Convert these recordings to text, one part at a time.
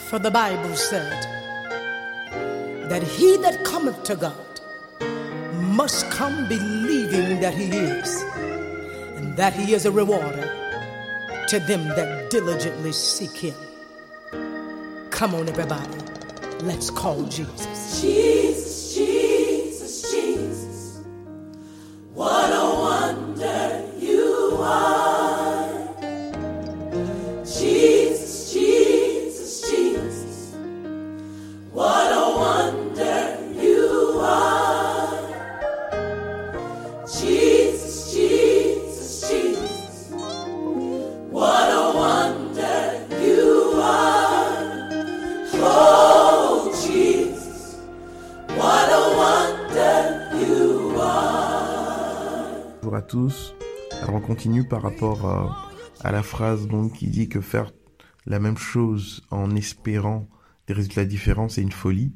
For the Bible said that he that cometh to God must come believing that he is, and that he is a rewarder to them that diligently seek him. Come on, everybody, let's call Jesus. Jesus, Jesus, Jesus, what a wonder you are. Jesus, Jesus, Jesus, what a wonder you are. Jesus, Jesus, Jesus, what a wonder you are. Oh, Jesus, what a wonder you are. Bonjour à tous. Alors on continue par rapport à la phrase donc qui dit que faire la même chose en espérant des résultats différents, c'est une folie.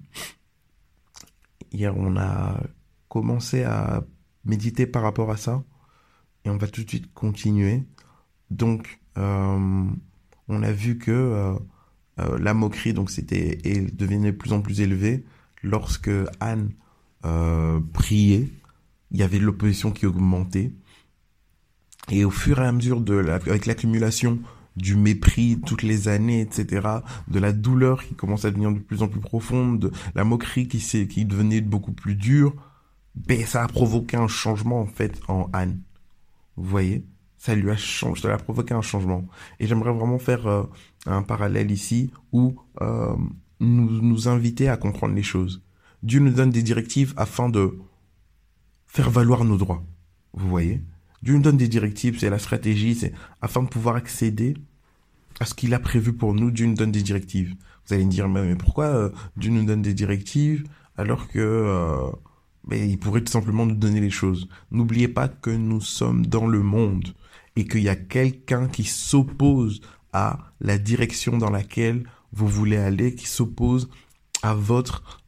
Hier, on a commencé à méditer par rapport à ça et on va tout de suite continuer. Donc, on a vu que la moquerie donc devenait de plus en plus élevée lorsque Anne priait. Il y avait de l'opposition qui augmentait. Et au fur et à mesure avec l'accumulation du mépris toutes les années, etc., de la douleur qui commence à devenir de plus en plus profonde, de la moquerie qui devenait beaucoup plus dure, ben, ça a provoqué un changement, en fait, en Anne. Vous voyez? Ça a provoqué un changement. Et j'aimerais vraiment faire un parallèle ici où nous inviter à comprendre les choses. Dieu nous donne des directives afin de faire valoir nos droits. Vous voyez? Dieu nous donne des directives, c'est la stratégie, c'est afin de pouvoir accéder à ce qu'il a prévu pour nous. Dieu nous donne des directives. Vous allez me dire, mais pourquoi Dieu nous donne des directives alors que il pourrait tout simplement nous donner les choses. N'oubliez pas que nous sommes dans le monde et qu'il y a quelqu'un qui s'oppose à la direction dans laquelle vous voulez aller, qui s'oppose à votre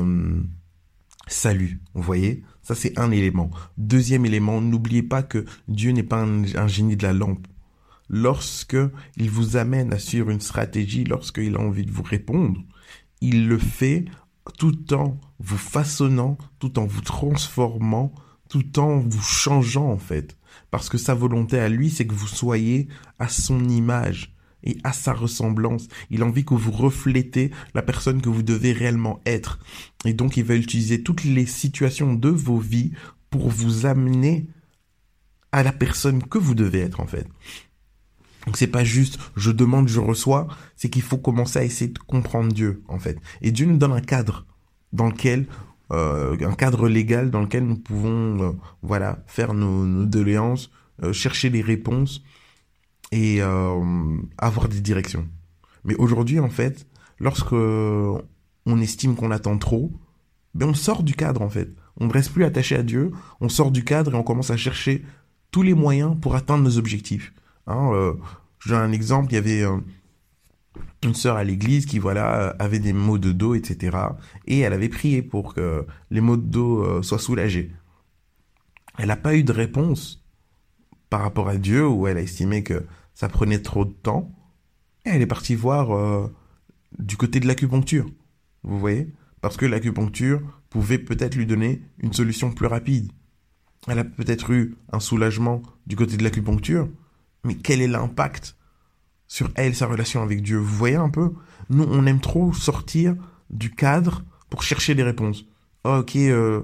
salut. Vous voyez? Ça, c'est un élément. Deuxième élément, n'oubliez pas que Dieu n'est pas un génie de la lampe. Lorsque il vous amène à suivre une stratégie, lorsqu'il a envie de vous répondre, il le fait tout en vous façonnant, tout en vous transformant, tout en vous changeant, en fait. Parce que sa volonté à lui, c'est que vous soyez à son image et à sa ressemblance. Il a envie que vous reflétez la personne que vous devez réellement être. Et donc, il va utiliser toutes les situations de vos vies pour vous amener à la personne que vous devez être, en fait. Donc, c'est pas juste je demande, je reçois, c'est qu'il faut commencer à essayer de comprendre Dieu, en fait. Et Dieu nous donne un cadre dans lequel, un cadre légal dans lequel nous pouvons, faire nos doléances, chercher les réponses et avoir des directions. Mais aujourd'hui, en fait, lorsque on estime qu'on attend trop, on sort du cadre, en fait. On ne reste plus attaché à Dieu, on sort du cadre et on commence à chercher tous les moyens pour atteindre nos objectifs. Je donne un exemple, il y avait une sœur à l'église qui, avait des maux de dos, etc. Et elle avait prié pour que les maux de dos soient soulagés. Elle n'a pas eu de réponse par rapport à Dieu, où elle a estimé que ça prenait trop de temps. Et elle est partie voir du côté de l'acupuncture. Vous voyez? Parce que l'acupuncture pouvait peut-être lui donner une solution plus rapide. Elle a peut-être eu un soulagement du côté de l'acupuncture, mais quel est l'impact sur elle, sa relation avec Dieu? Vous voyez un peu? Nous, on aime trop sortir du cadre pour chercher des réponses. Oh, ok,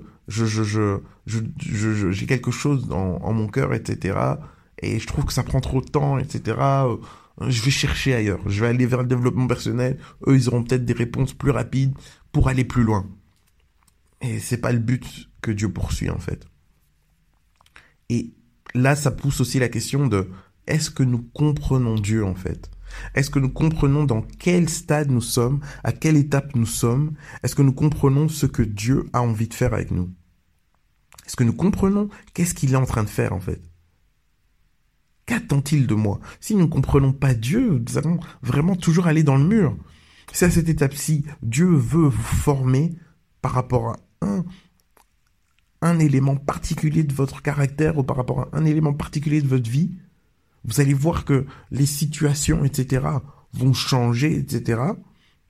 j'ai quelque chose en mon cœur, etc. Et je trouve que ça prend trop de temps, etc. Je vais chercher ailleurs. Je vais aller vers le développement personnel. Eux, ils auront peut-être des réponses plus rapides pour aller plus loin. Et c'est pas le but que Dieu poursuit, en fait. Et là, ça pousse aussi la question de est-ce que nous comprenons Dieu, en fait? Est-ce que nous comprenons dans quel stade nous sommes, à quelle étape nous sommes? Est-ce que nous comprenons ce que Dieu a envie de faire avec nous? Est-ce que nous comprenons qu'est-ce qu'il est en train de faire, en fait? Qu'attend-il de moi? Si nous ne comprenons pas Dieu, nous allons vraiment toujours aller dans le mur. C'est à cette étape-ci, Dieu veut vous former par rapport à un élément particulier de votre caractère ou par rapport à un élément particulier de votre vie. Vous allez voir que les situations, etc., vont changer, etc.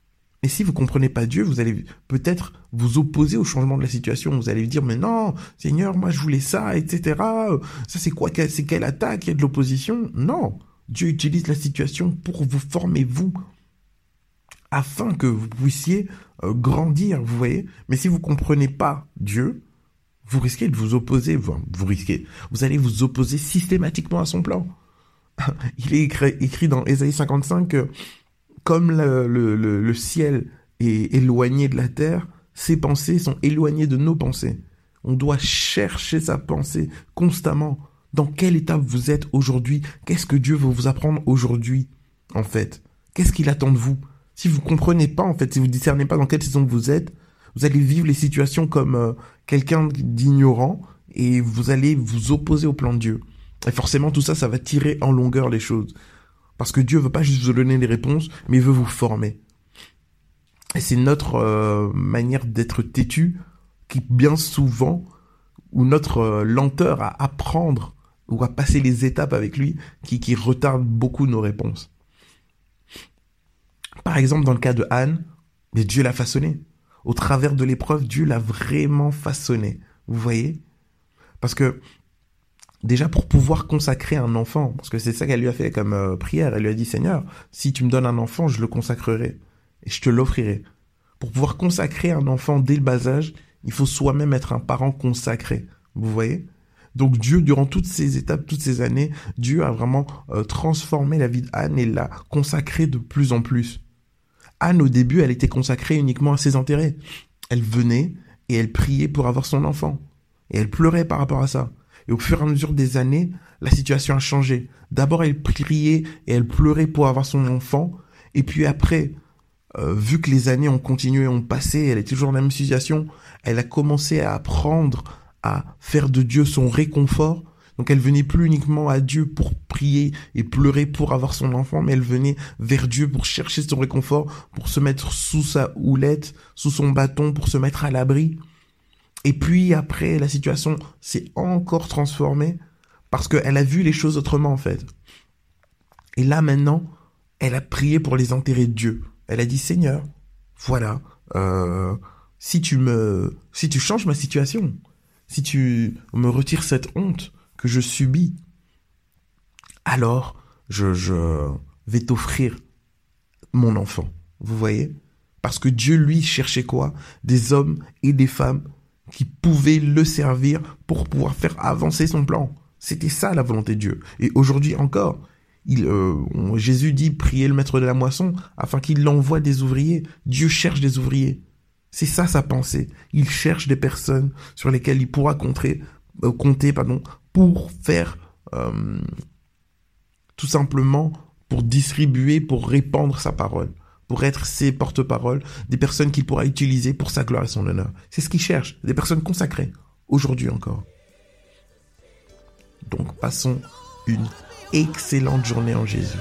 Et si vous comprenez pas Dieu, vous allez peut-être vous opposer au changement de la situation. Vous allez dire, mais non, Seigneur, moi je voulais ça, etc. Ça c'est quoi? C'est quelle attaque? Il y a de l'opposition? Non. Dieu utilise la situation pour vous former, vous, afin que vous puissiez grandir, vous voyez. Mais si vous comprenez pas Dieu, vous risquez de vous opposer. Vous allez vous opposer systématiquement à son plan. Il est écrit dans Ésaïe 55 que comme le ciel est éloigné de la terre, ses pensées sont éloignées de nos pensées. On doit chercher sa pensée constamment. Dans quel état vous êtes aujourd'hui? Qu'est-ce que Dieu veut vous apprendre aujourd'hui, en fait? Qu'est-ce qu'il attend de vous? Si vous comprenez pas, en fait, si vous discernez pas dans quelle saison vous êtes, vous allez vivre les situations comme quelqu'un d'ignorant et vous allez vous opposer au plan de Dieu. Et forcément, tout ça, ça va tirer en longueur les choses. Parce que Dieu veut pas juste vous donner des réponses, mais il veut vous former. Et c'est notre manière d'être têtu qui, bien souvent, ou notre lenteur à apprendre ou à passer les étapes avec lui, qui retarde beaucoup nos réponses. Par exemple, dans le cas de Anne, mais Dieu l'a façonné. Au travers de l'épreuve, Dieu l'a vraiment façonné. Vous voyez? Parce que déjà, pour pouvoir consacrer un enfant, parce que c'est ça qu'elle lui a fait comme prière, elle lui a dit, Seigneur, si tu me donnes un enfant, je le consacrerai et je te l'offrirai. Pour pouvoir consacrer un enfant dès le bas âge, il faut soi-même être un parent consacré. Vous voyez? Donc Dieu, durant toutes ces étapes, toutes ces années, Dieu a vraiment transformé la vie d'Anne et l'a consacrée de plus en plus. Anne, au début, elle était consacrée uniquement à ses intérêts. Elle venait et elle priait pour avoir son enfant. Et elle pleurait par rapport à ça. Et au fur et à mesure des années, la situation a changé. D'abord, elle priait et elle pleurait pour avoir son enfant. Et puis après, vu que les années ont continué, ont passé, elle est toujours dans la même situation, elle a commencé à apprendre à faire de Dieu son réconfort. Donc elle venait plus uniquement à Dieu pour prier et pleurer pour avoir son enfant, mais elle venait vers Dieu pour chercher son réconfort, pour se mettre sous sa houlette, sous son bâton, pour se mettre à l'abri. Et puis après, la situation s'est encore transformée parce qu'elle a vu les choses autrement en fait. Et là maintenant, elle a prié pour les intérêts de Dieu. Elle a dit, Seigneur, voilà, si tu changes ma situation, si tu me retires cette honte que je subis, alors je vais t'offrir mon enfant. Vous voyez? Parce que Dieu, lui, cherchait quoi? Des hommes et des femmes qui pouvaient le servir pour pouvoir faire avancer son plan. C'était ça la volonté de Dieu. Et aujourd'hui encore, Jésus dit, priez le maître de la moisson afin qu'il envoie des ouvriers. Dieu cherche des ouvriers. C'est ça sa pensée. Il cherche des personnes sur lesquelles il pourra compter, pour faire tout simplement pour distribuer, pour répandre sa parole, pour être ses porte-paroles, des personnes qu'il pourra utiliser pour sa gloire et son honneur. C'est ce qu'il cherche, des personnes consacrées, aujourd'hui encore. Donc passons une excellente journée en Jésus.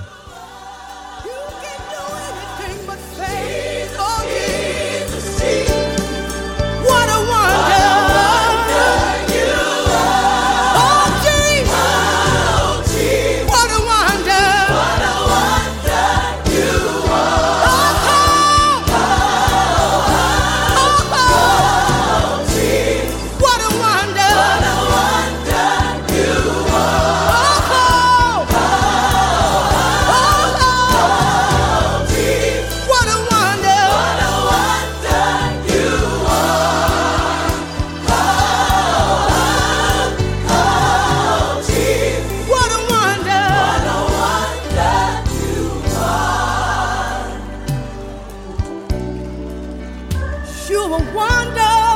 You're a wonder.